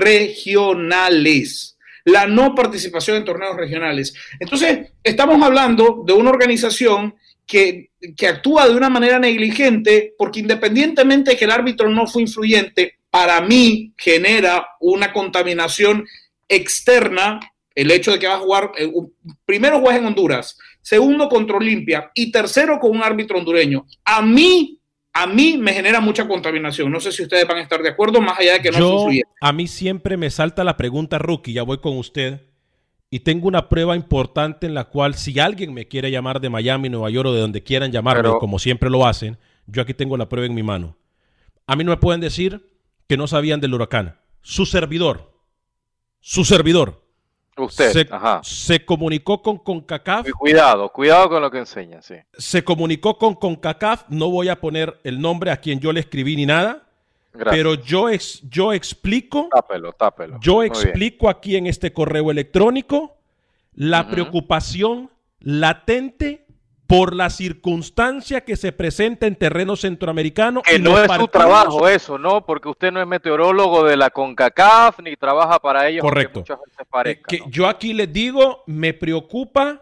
S8: regionales. La no participación en torneos regionales. Entonces, estamos hablando de una organización que actúa de una manera negligente, porque independientemente de que el árbitro no fue influyente, para mí genera una contaminación externa el hecho de que va a jugar, primero juega en Honduras, segundo contra Olimpia y tercero con un árbitro hondureño. A mí me genera mucha contaminación. No sé si ustedes van a estar de acuerdo, más allá de que no fue influyente.
S6: A mí siempre me salta la pregunta, Rookie, ya voy con usted. Y tengo una prueba importante en la cual si alguien me quiere llamar de Miami, Nueva York o de donde quieran llamarme, como siempre lo hacen, yo aquí tengo la prueba en mi mano. A mí no me pueden decir que no sabían del huracán. Su servidor.
S7: Usted,
S6: se comunicó con CONCACAF.
S7: Cuidado con lo que enseña, sí.
S6: Se comunicó con CONCACAF, no voy a poner el nombre a quien yo le escribí ni nada. Gracias. Pero yo explico.
S7: Tápelo.
S6: Yo explico aquí en este correo electrónico la preocupación latente por la circunstancia que se presenta en terreno centroamericano.
S7: Que no es su trabajo eso, ¿no? Porque usted no es meteorólogo de la CONCACAF ni trabaja para ellos.
S6: Correcto.
S7: Muchas veces parezca, ¿no?
S6: Yo aquí les digo, me preocupa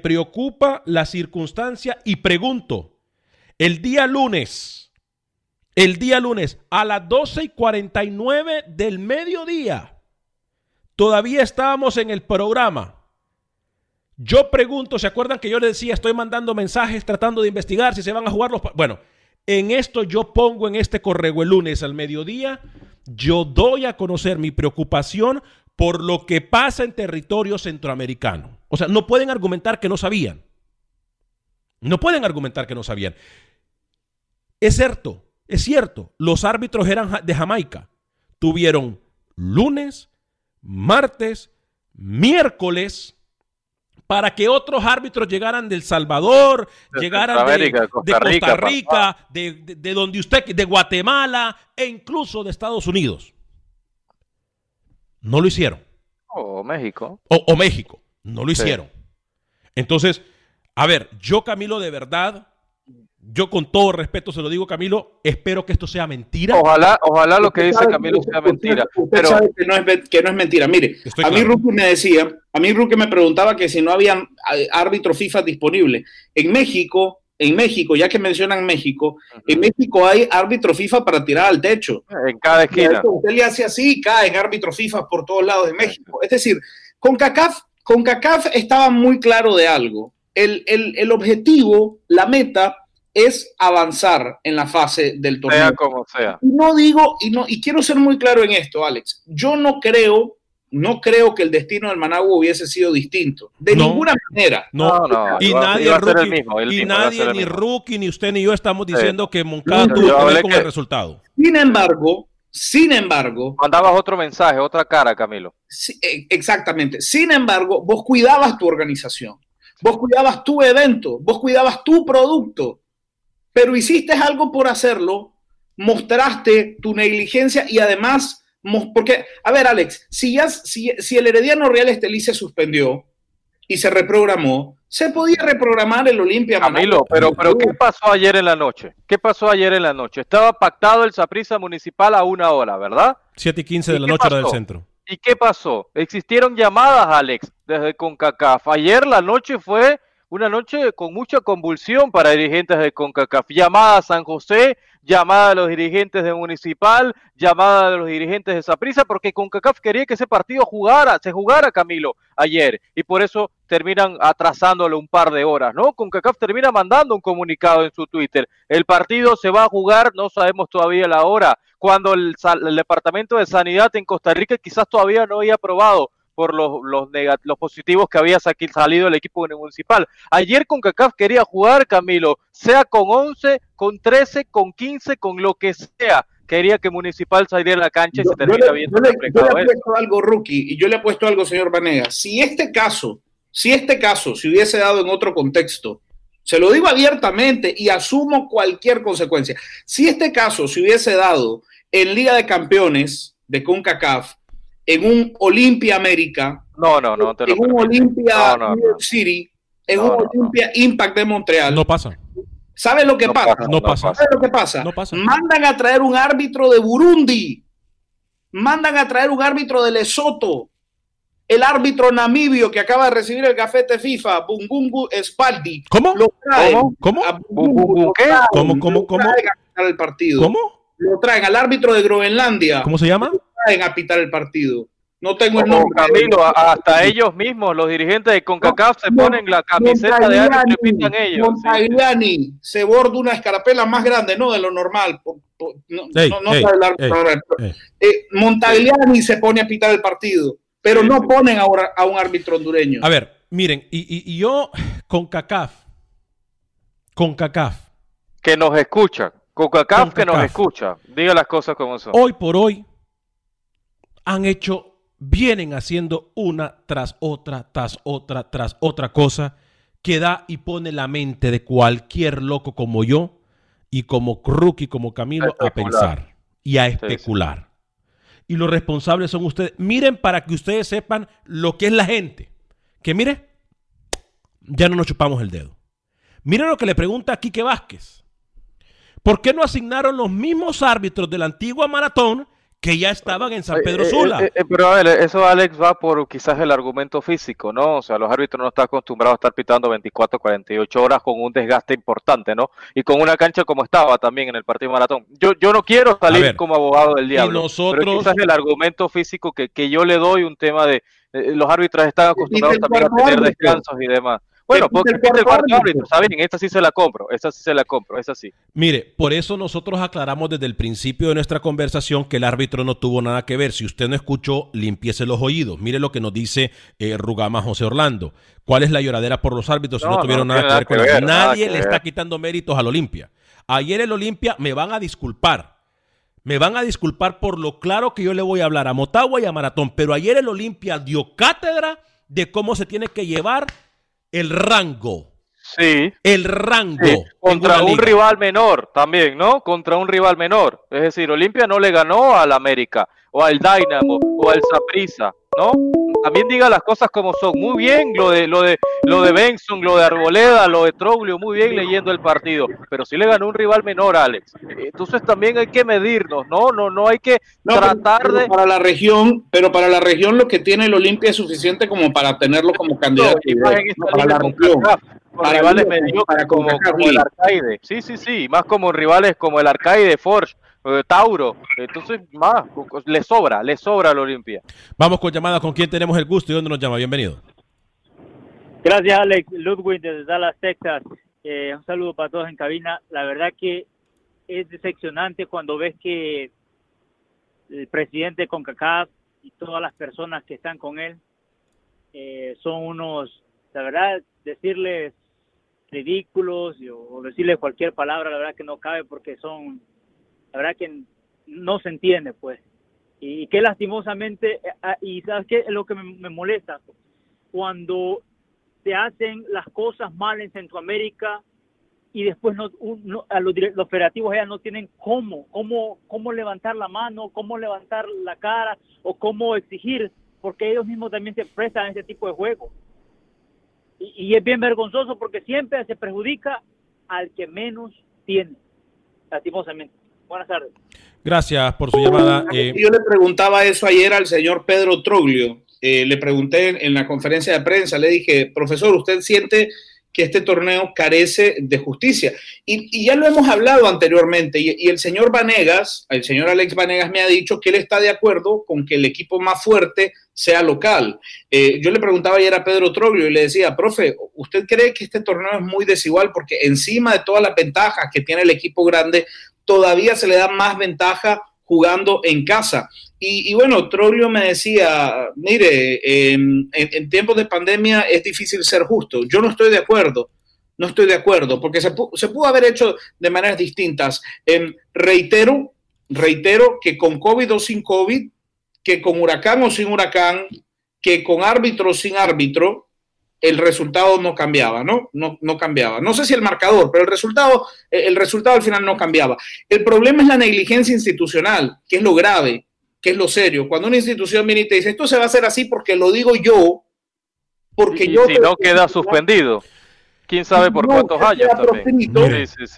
S6: la circunstancia y pregunto, el día lunes el día lunes a las 12:49 del mediodía. Todavía estábamos en el programa. Yo pregunto, ¿se acuerdan que yo les decía, estoy mandando mensajes tratando de investigar si se van a jugar los... Bueno, en esto yo pongo en este correo el lunes al mediodía, yo doy a conocer mi preocupación por lo que pasa en territorio centroamericano. O sea, no pueden argumentar que no sabían. No pueden argumentar que no sabían. Es cierto, los árbitros eran de Jamaica. Tuvieron lunes, martes, miércoles para que otros árbitros llegaran de El Salvador, llegaran de Costa Rica, de donde usted, de Guatemala e incluso de Estados Unidos. No lo hicieron.
S7: O México.
S6: O México. No lo hicieron. Entonces, a ver, yo, Camilo, de verdad, yo con todo respeto se lo digo, Camilo, espero que esto sea mentira.
S7: Ojalá lo que dice Camilo sea mentira.
S8: Usted sabe que no es mentira. Mire, a mí Rookie me decía, me preguntaba que si no habían árbitros FIFA disponibles. En México, ya que mencionan México, en México hay árbitro FIFA para tirar al techo.
S7: En cada esquina.
S8: Usted le hace así y caen árbitros FIFA por todos lados de México. Es decir, CONCACAF estaba muy claro de algo. El objetivo, la meta, es avanzar en la fase del torneo.
S7: Sea como sea.
S8: Y quiero ser muy claro en esto, Alex. Yo no creo que el destino del Managua hubiese sido distinto. De ninguna manera.
S6: No. Y nadie, ni Rookie, ni usted, ni yo estamos diciendo que Moncada tuvo que ver con el resultado.
S8: Sin embargo.
S7: Mandabas otro mensaje, otra cara, Camilo.
S8: Sí, exactamente. Sin embargo, vos cuidabas tu organización. Vos cuidabas tu evento. Vos cuidabas tu producto. Pero hiciste algo por hacerlo, mostraste tu negligencia y además, porque, a ver, Alex, si el Herediano Real Estelí se suspendió y se reprogramó, se podía reprogramar el Olimpia
S7: Managua. Camilo, pero ¿qué pasó ayer en la noche? Estaba pactado el Saprissa Municipal a 1 hora, ¿verdad?
S6: 7:15 de la noche hora del centro.
S7: ¿Y qué pasó? Existieron llamadas, Alex, desde CONCACAF. Ayer la noche fue una noche con mucha convulsión para dirigentes de CONCACAF. Llamada a San José, llamada a los dirigentes de Municipal, llamada a los dirigentes de Saprissa, porque CONCACAF quería que ese partido se jugara, Camilo, ayer. Y por eso terminan atrasándolo un par de horas, ¿no? CONCACAF termina mandando un comunicado en su Twitter. El partido se va a jugar, no sabemos todavía la hora, cuando el Departamento de Sanidad en Costa Rica quizás todavía no había aprobado por los positivos que había salido el equipo Municipal. Ayer CONCACAF quería jugar, Camilo, sea con 11, con 13, con 15, con lo que sea. Quería que Municipal saliera a la cancha y se termina viendo.
S8: Yo le he puesto algo, Rookie, y yo le he puesto algo, señor Vanegas. Si este caso se hubiese dado en otro contexto, se lo digo abiertamente y asumo cualquier consecuencia. Si este caso se hubiese dado en Liga de Campeones de CONCACAF, en un Olimpia América, en un Olimpia New York City, en un Olimpia Impact de Montreal.
S6: No pasa.
S8: ¿Sabe lo que pasa?
S6: No pasa.
S8: ¿Sabe lo que pasa?
S6: No pasa.
S8: Mandan a traer un árbitro de Burundi. Mandan a traer un árbitro de Lesoto. El árbitro namibio que acaba de recibir el gafete FIFA, Bungungu Espaldi.
S6: ¿Cómo?
S8: Lo traen.
S6: ¿Cómo?
S7: ¿Qué?
S6: ¿Cómo?
S8: El partido.
S6: ¿Cómo?
S8: Lo traen al árbitro de Groenlandia.
S6: ¿Cómo se llama?
S8: A pitar el partido. No tengo el nombre.
S7: Camilo, hasta ellos mismos, los dirigentes de CONCACAF, se ponen la camiseta de árbitro y pintan ellos.
S8: Montagliani se borda una escarapela más grande, no de lo normal. Montagliani se pone a pitar el partido, pero no ponen ahora a un árbitro hondureño.
S6: A ver, miren, y yo, CONCACAF.
S7: Que nos escucha. CONCACAF que nos escucha. Diga las cosas como son.
S6: Hoy por hoy vienen haciendo una tras otra cosa que da y pone la mente de cualquier loco como yo y como Rookie, como Camilo, a pensar y a especular. Y los responsables son ustedes. Miren, para que ustedes sepan lo que es la gente. Que mire, ya no nos chupamos el dedo. Miren lo que le pregunta a Quique Vázquez. ¿Por qué no asignaron los mismos árbitros de la antigua maratón que ya estaban en San Pedro Sula.
S7: Pero a ver, eso, Alex, va por quizás el argumento físico, ¿no? O sea, los árbitros no están acostumbrados a estar pitando 24, 48 horas con un desgaste importante, ¿no? Y con una cancha como estaba también en el partido maratón. Yo no quiero salir como abogado del diablo, pero quizás el argumento físico que yo le doy un tema de los árbitros están acostumbrados también a tener descansos y demás. Bueno, porque el cuarto árbitro, ¿saben? Esta sí se la compro, esa sí.
S6: Mire, por eso nosotros aclaramos desde el principio de nuestra conversación que el árbitro no tuvo nada que ver. Si usted no escuchó, limpiese los oídos. Mire lo que nos dice Rugama José Orlando. ¿Cuál es la lloradera por los árbitros si no tuvieron nada que ver con eso? Nadie le está quitando méritos al Olimpia. Ayer el Olimpia, me van a disculpar por lo claro que yo le voy a hablar a Motagua y a Maratón, pero ayer el Olimpia dio cátedra de cómo se tiene que llevar el rango.
S7: Sí.
S6: El rango.
S7: Sí. Contra un rival menor también, ¿no? Contra un rival menor. Es decir, Olimpia no le ganó al América, o al Dynamo, o al Saprissa, ¿no? También diga las cosas como son. Muy bien lo de Benson, lo de Arboleda, lo de Troglio, muy bien leyendo el partido. Pero sí le ganó un rival menor, Alex. Entonces también hay que medirnos, no hay que tratar de...
S8: Para la región lo que tiene el Olimpia es suficiente como para tenerlo como candidato. Para la región.
S7: Para rivales mediocres como el Arcaide. Sí, más como rivales como el Arcaide, Forge, Tauro. Entonces, más, le sobra al Olimpia.
S6: Vamos con llamadas. ¿Con quién tenemos el gusto y dónde nos llama? Bienvenido.
S11: Gracias, Alex. Ludwig desde Dallas, Texas. Un saludo para todos en cabina. La verdad que es decepcionante cuando ves que el presidente de CONCACAF y todas las personas que están con él son unos, la verdad, decirles ridículos o decirles cualquier palabra, la verdad que no cabe porque son, la verdad que no se entiende, pues. Y que lastimosamente, y ¿sabes qué? Es lo que me molesta. Cuando se hacen las cosas mal en Centroamérica y después los operativos allá no tienen cómo levantar la mano, cómo levantar la cara o cómo exigir, porque ellos mismos también se prestan a ese tipo de juego. Y es bien vergonzoso porque siempre se perjudica al que menos tiene, lastimosamente. Buenas tardes.
S6: Gracias por su llamada.
S8: Yo le preguntaba eso ayer al señor Pedro Troglio. Le pregunté en la conferencia de prensa, le dije, profesor, ¿usted siente que este torneo carece de justicia? Y ya lo hemos hablado anteriormente, y el señor Vanegas, el señor Alex Vanegas me ha dicho que él está de acuerdo con que el equipo más fuerte sea local. Yo le preguntaba ayer a Pedro Troglio y le decía, profe, ¿usted cree que este torneo es muy desigual? Porque encima de todas las ventajas que tiene el equipo grande, todavía se le da más ventaja jugando en casa. Y bueno, Troglio me decía, mire, en tiempos de pandemia es difícil ser justo. Yo no estoy de acuerdo, porque se pudo haber hecho de maneras distintas. Reitero que con COVID o sin COVID, que con huracán o sin huracán, que con árbitro o sin árbitro, el resultado no cambiaba, ¿no? No cambiaba. No sé si el marcador, pero el resultado al final no cambiaba. El problema es la negligencia institucional, que es lo grave, que es lo serio. Cuando una institución viene y te dice, esto se va a hacer así porque lo digo yo, porque
S7: y
S8: yo...
S7: si no queda suspendido, quién sabe por cuántos años también. Sí.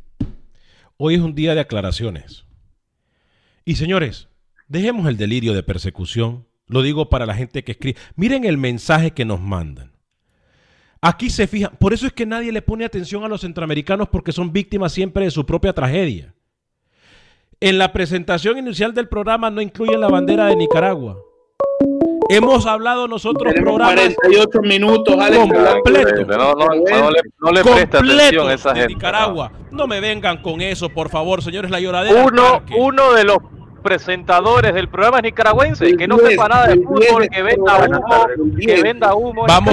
S6: Hoy es un día de aclaraciones. Y señores, dejemos el delirio de persecución. Lo digo para la gente que escribe. Miren el mensaje que nos mandan. Aquí se fijan, por eso es que nadie le pone atención a los centroamericanos porque son víctimas siempre de su propia tragedia. En la presentación inicial del programa no incluyen la bandera de Nicaragua. Hemos hablado nosotros programas
S8: 48 minutos, Alex,
S6: completos.
S7: No le presta atención a esa gente.
S6: Nicaragua. No me vengan con eso, por favor, señores, la lloradera.
S7: Uno de los presentadores del programa es nicaragüense, que no sepa nada de fútbol, que venda humo.
S6: Vamos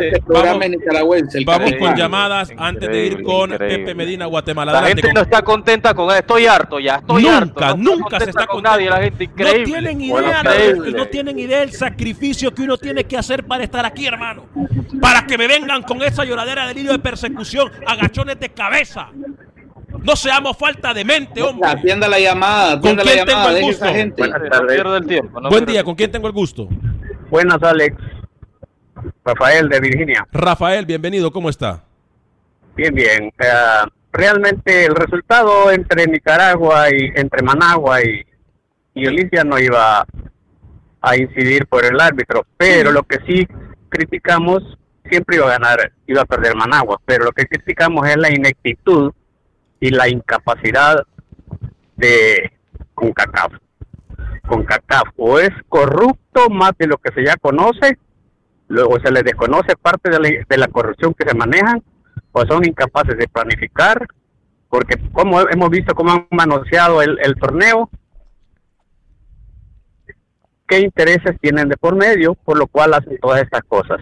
S6: con llamadas antes de ir con Pepe Medina, Guatemala.
S7: La gente no está contenta con él. Estoy harto.
S6: Nunca se está
S7: con nadie. La gente increíble.
S6: No tienen idea del sacrificio que uno tiene que hacer para estar aquí, hermano. Para que me vengan con esa lloradera del hilo de persecución, agachones de cabeza. No seamos falta de mente, hombre.
S8: Atienda la llamada.
S6: ¿Con quién tengo el gusto? Buen día, ¿con quién tengo el gusto?
S12: Buenas, Alex. Rafael de Virginia.
S6: Rafael, bienvenido, ¿cómo está?
S12: Bien. Realmente el resultado entre Nicaragua y entre Managua y Olimpia no iba a incidir por el árbitro, pero lo que sí criticamos, siempre iba a perder Managua, pero lo que criticamos es la ineptitud y la incapacidad de CONCACAF. CONCACAF o es corrupto más de lo que se ya conoce, luego se les desconoce parte de la corrupción que se manejan, o son incapaces de planificar, porque como hemos visto cómo han manoseado el torneo, qué intereses tienen de por medio, por lo cual hacen todas estas cosas.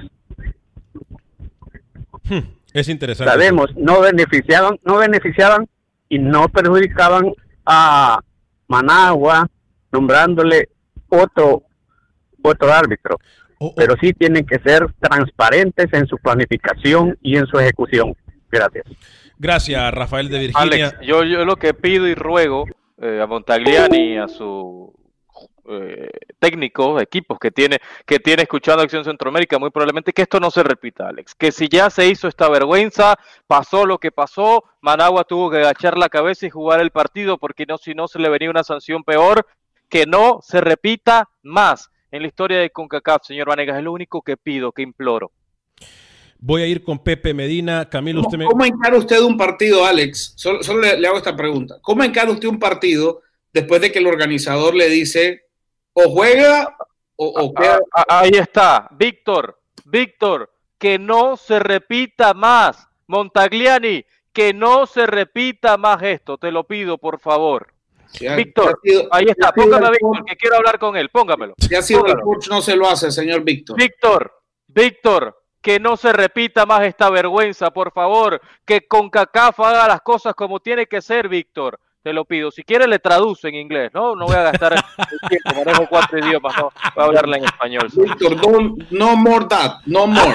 S6: Es interesante.
S12: Sabemos, no beneficiaban y no perjudicaban a Managua nombrándole otro árbitro. Pero sí tienen que ser transparentes en su planificación y en su ejecución. Gracias.
S6: Gracias, Rafael de Virginia.
S7: Alex, yo lo que pido y ruego a Montagliani y a su técnicos, equipos que tiene escuchando Acción Centroamérica, muy probablemente que esto no se repita, Alex, que si ya se hizo esta vergüenza, pasó lo que pasó, Managua tuvo que agachar la cabeza y jugar el partido, porque si no se le venía una sanción peor, que no se repita más en la historia de CONCACAF, señor Vanegas, es lo único que pido, que imploro.
S6: Voy a ir con Pepe Medina. Camilo,
S8: ¿Cómo encara usted un partido, Alex? Solo le hago esta pregunta. ¿Cómo encara usted un partido después de que el organizador le dice o juega o queda?
S7: Ahí está, Víctor, que no se repita más. Montagliani, que no se repita más esto, te lo pido, por favor. Sí, Víctor, ahí está, póngame a Víctor, que quiero hablar con él, póngamelo.
S8: Si ha sido el coach, no se lo hace, señor Víctor.
S7: Víctor, que no se repita más esta vergüenza, por favor, que CONCACAF haga las cosas como tiene que ser, Víctor. Te lo pido. Si quiere le traduce en inglés, ¿no? No voy a gastar el tiempo, manejo 4 idiomas, no voy a hablarle en español.
S8: Víctor, no more that, no more.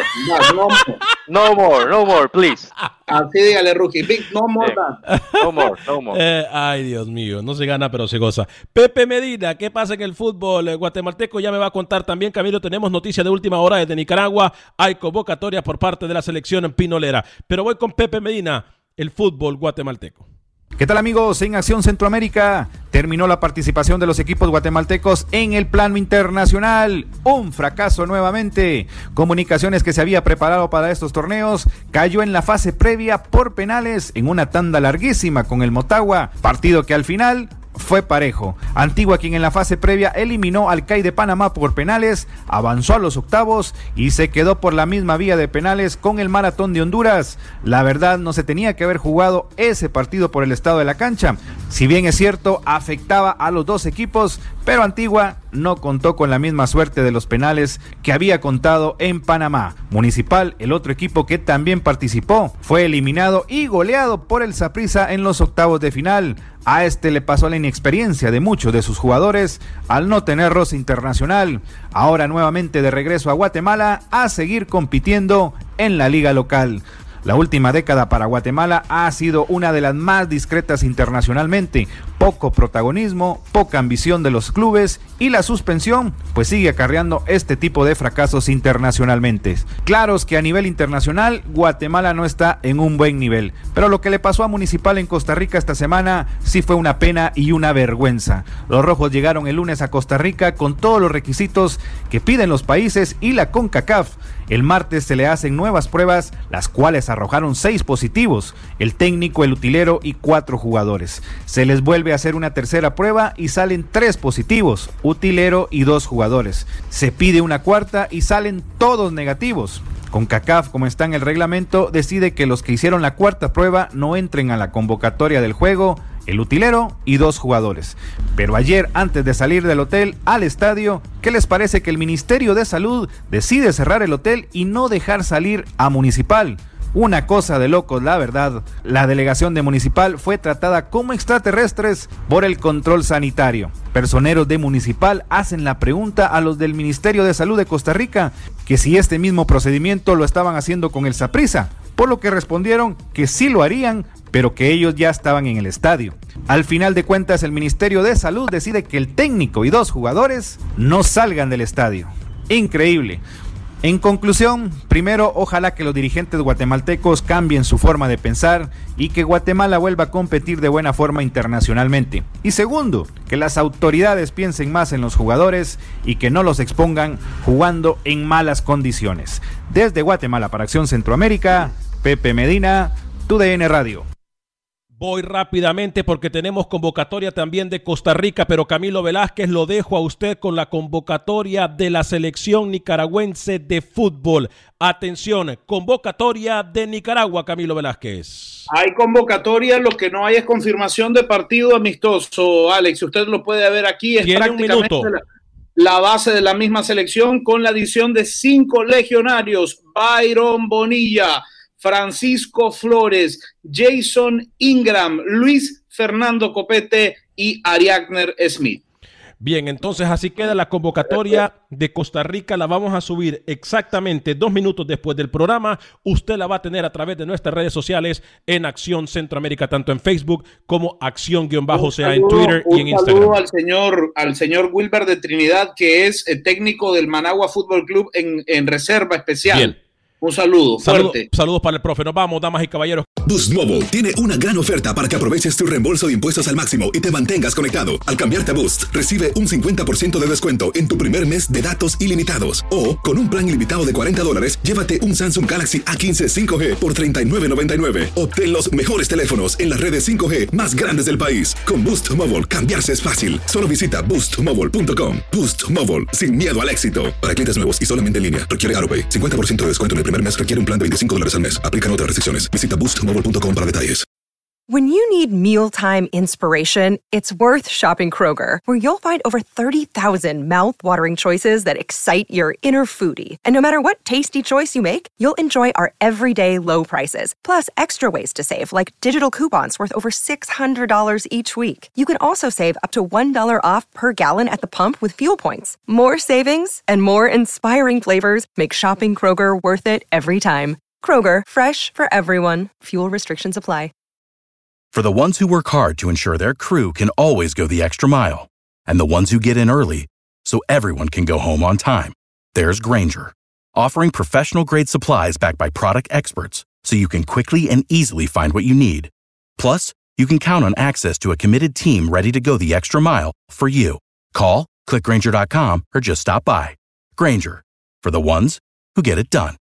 S7: No more, please.
S8: Así dígale, Rookie. No more that.
S7: No more.
S6: Ay, Dios mío, no se gana, pero se goza. Pepe Medina, ¿qué pasa en el fútbol guatemalteco? Ya me va a contar también, Camilo, tenemos noticias de última hora desde Nicaragua. Hay convocatorias por parte de la selección pinolera. Pero voy con Pepe Medina, el fútbol guatemalteco.
S13: ¿Qué tal, amigos? En Acción Centroamérica terminó la participación de los equipos guatemaltecos en el plano internacional. Un fracaso nuevamente. Comunicaciones, que se había preparado para estos torneos, cayó en la fase previa por penales en una tanda larguísima con el Motagua, partido que al final fue parejo. Antigua, quien en la fase previa eliminó al CAI de Panamá por penales, avanzó a los octavos y se quedó por la misma vía de penales con el Maratón de Honduras. La verdad, no se tenía que haber jugado ese partido por el estado de la cancha. Si bien es cierto, afectaba a los dos equipos, pero Antigua no contó con la misma suerte de los penales que había contado en Panamá. Municipal, el otro equipo que también participó, fue eliminado y goleado por el Saprissa en los octavos de final. A este le pasó la inexperiencia de muchos de sus jugadores al no tener roce internacional. Ahora nuevamente de regreso a Guatemala a seguir compitiendo en la liga local. La última década para Guatemala ha sido una de las más discretas internacionalmente. Poco protagonismo, poca ambición de los clubes y la suspensión pues sigue acarreando este tipo de fracasos internacionalmente. Claros que a nivel internacional Guatemala no está en un buen nivel, pero lo que le pasó a Municipal en Costa Rica esta semana sí fue una pena y una vergüenza. Los rojos llegaron el lunes a Costa Rica con todos los requisitos que piden los países y la CONCACAF. El martes se le hacen nuevas pruebas, las cuales arrojaron 6 positivos, el técnico, el utilero y 4 jugadores. Se les vuelve a hacer una tercera prueba y salen 3 positivos, utilero y 2 jugadores. Se pide una cuarta y salen todos negativos. CONCACAF, como está en el reglamento, decide que los que hicieron la cuarta prueba no entren a la convocatoria del juego, el utilero y 2 jugadores. Pero ayer, antes de salir del hotel al estadio, ¿qué les parece que el Ministerio de Salud decide cerrar el hotel y no dejar salir a Municipal? Una cosa de locos, la verdad. La delegación de Municipal fue tratada como extraterrestres por el control sanitario. Personeros de Municipal hacen la pregunta a los del Ministerio de Salud de Costa Rica que si este mismo procedimiento lo estaban haciendo con el Saprissa, por lo que respondieron que sí lo harían, pero que ellos ya estaban en el estadio. Al final de cuentas, el Ministerio de Salud decide que el técnico y 2 jugadores no salgan del estadio. Increíble. En conclusión, primero, ojalá que los dirigentes guatemaltecos cambien su forma de pensar y que Guatemala vuelva a competir de buena forma internacionalmente. Y segundo, que las autoridades piensen más en los jugadores y que no los expongan jugando en malas condiciones. Desde Guatemala para Acción Centroamérica, Pepe Medina, TUDN Radio.
S6: Voy rápidamente porque tenemos convocatoria también de Costa Rica, pero Camilo Velázquez, lo dejo a usted con la convocatoria de la selección nicaragüense de fútbol. Atención, convocatoria de Nicaragua, Camilo Velázquez.
S8: Hay convocatoria, lo que no hay es confirmación de partido amistoso, Alex. Usted lo puede ver aquí, es prácticamente la base de la misma selección con la adición de 5 legionarios: Byron Bonilla, Francisco Flores, Jason Ingram, Luis Fernando Copete y Ariagner Smith.
S6: Bien, entonces así queda la convocatoria de Costa Rica. La vamos a subir exactamente 2 minutos después del programa. Usted la va a tener a través de nuestras redes sociales en Acción Centroamérica, tanto en Facebook como Acción-sea en Twitter y en Instagram.
S8: Un saludo al señor Wilber de Trinidad, que es técnico del Managua Fútbol Club en reserva especial. Bien. Un saludo fuerte.
S6: Saludos para el profe. Nos vamos, damas y caballeros.
S5: Boost Mobile tiene una gran oferta para que aproveches tu reembolso de impuestos al máximo y te mantengas conectado. Al cambiarte a Boost, recibe un 50% de descuento en tu primer mes de datos ilimitados. O, con un plan ilimitado de $40, llévate un Samsung Galaxy A15 5G por $39.99. Obtén los mejores teléfonos en las redes 5G más grandes del país. Con Boost Mobile, cambiarse es fácil. Solo visita boostmobile.com. Boost Mobile, sin miedo al éxito. Para clientes nuevos y solamente en línea, requiere AutoPay. 50% de descuento en el primer mes requiere un plan de $25 al mes. Aplican otras restricciones. Visita boostmobile.com para detalles.
S14: When you need mealtime inspiration, it's worth shopping Kroger, where you'll find over 30,000 mouth-watering choices that excite your inner foodie. And no matter what tasty choice you make, you'll enjoy our everyday low prices, plus extra ways to save, like digital coupons worth over $600 each week. You can also save up to $1 off per gallon at the pump with fuel points. More savings and more inspiring flavors make shopping Kroger worth it every time. Kroger, fresh for everyone. Fuel restrictions apply.
S15: For the ones who work hard to ensure their crew can always go the extra mile, and the ones who get in early so everyone can go home on time, there's Grainger, offering professional-grade supplies backed by product experts so you can quickly and easily find what you need. Plus, you can count on access to a committed team ready to go the extra mile for you. Call, click Grainger.com, or just stop by. Grainger, for the ones who get it done.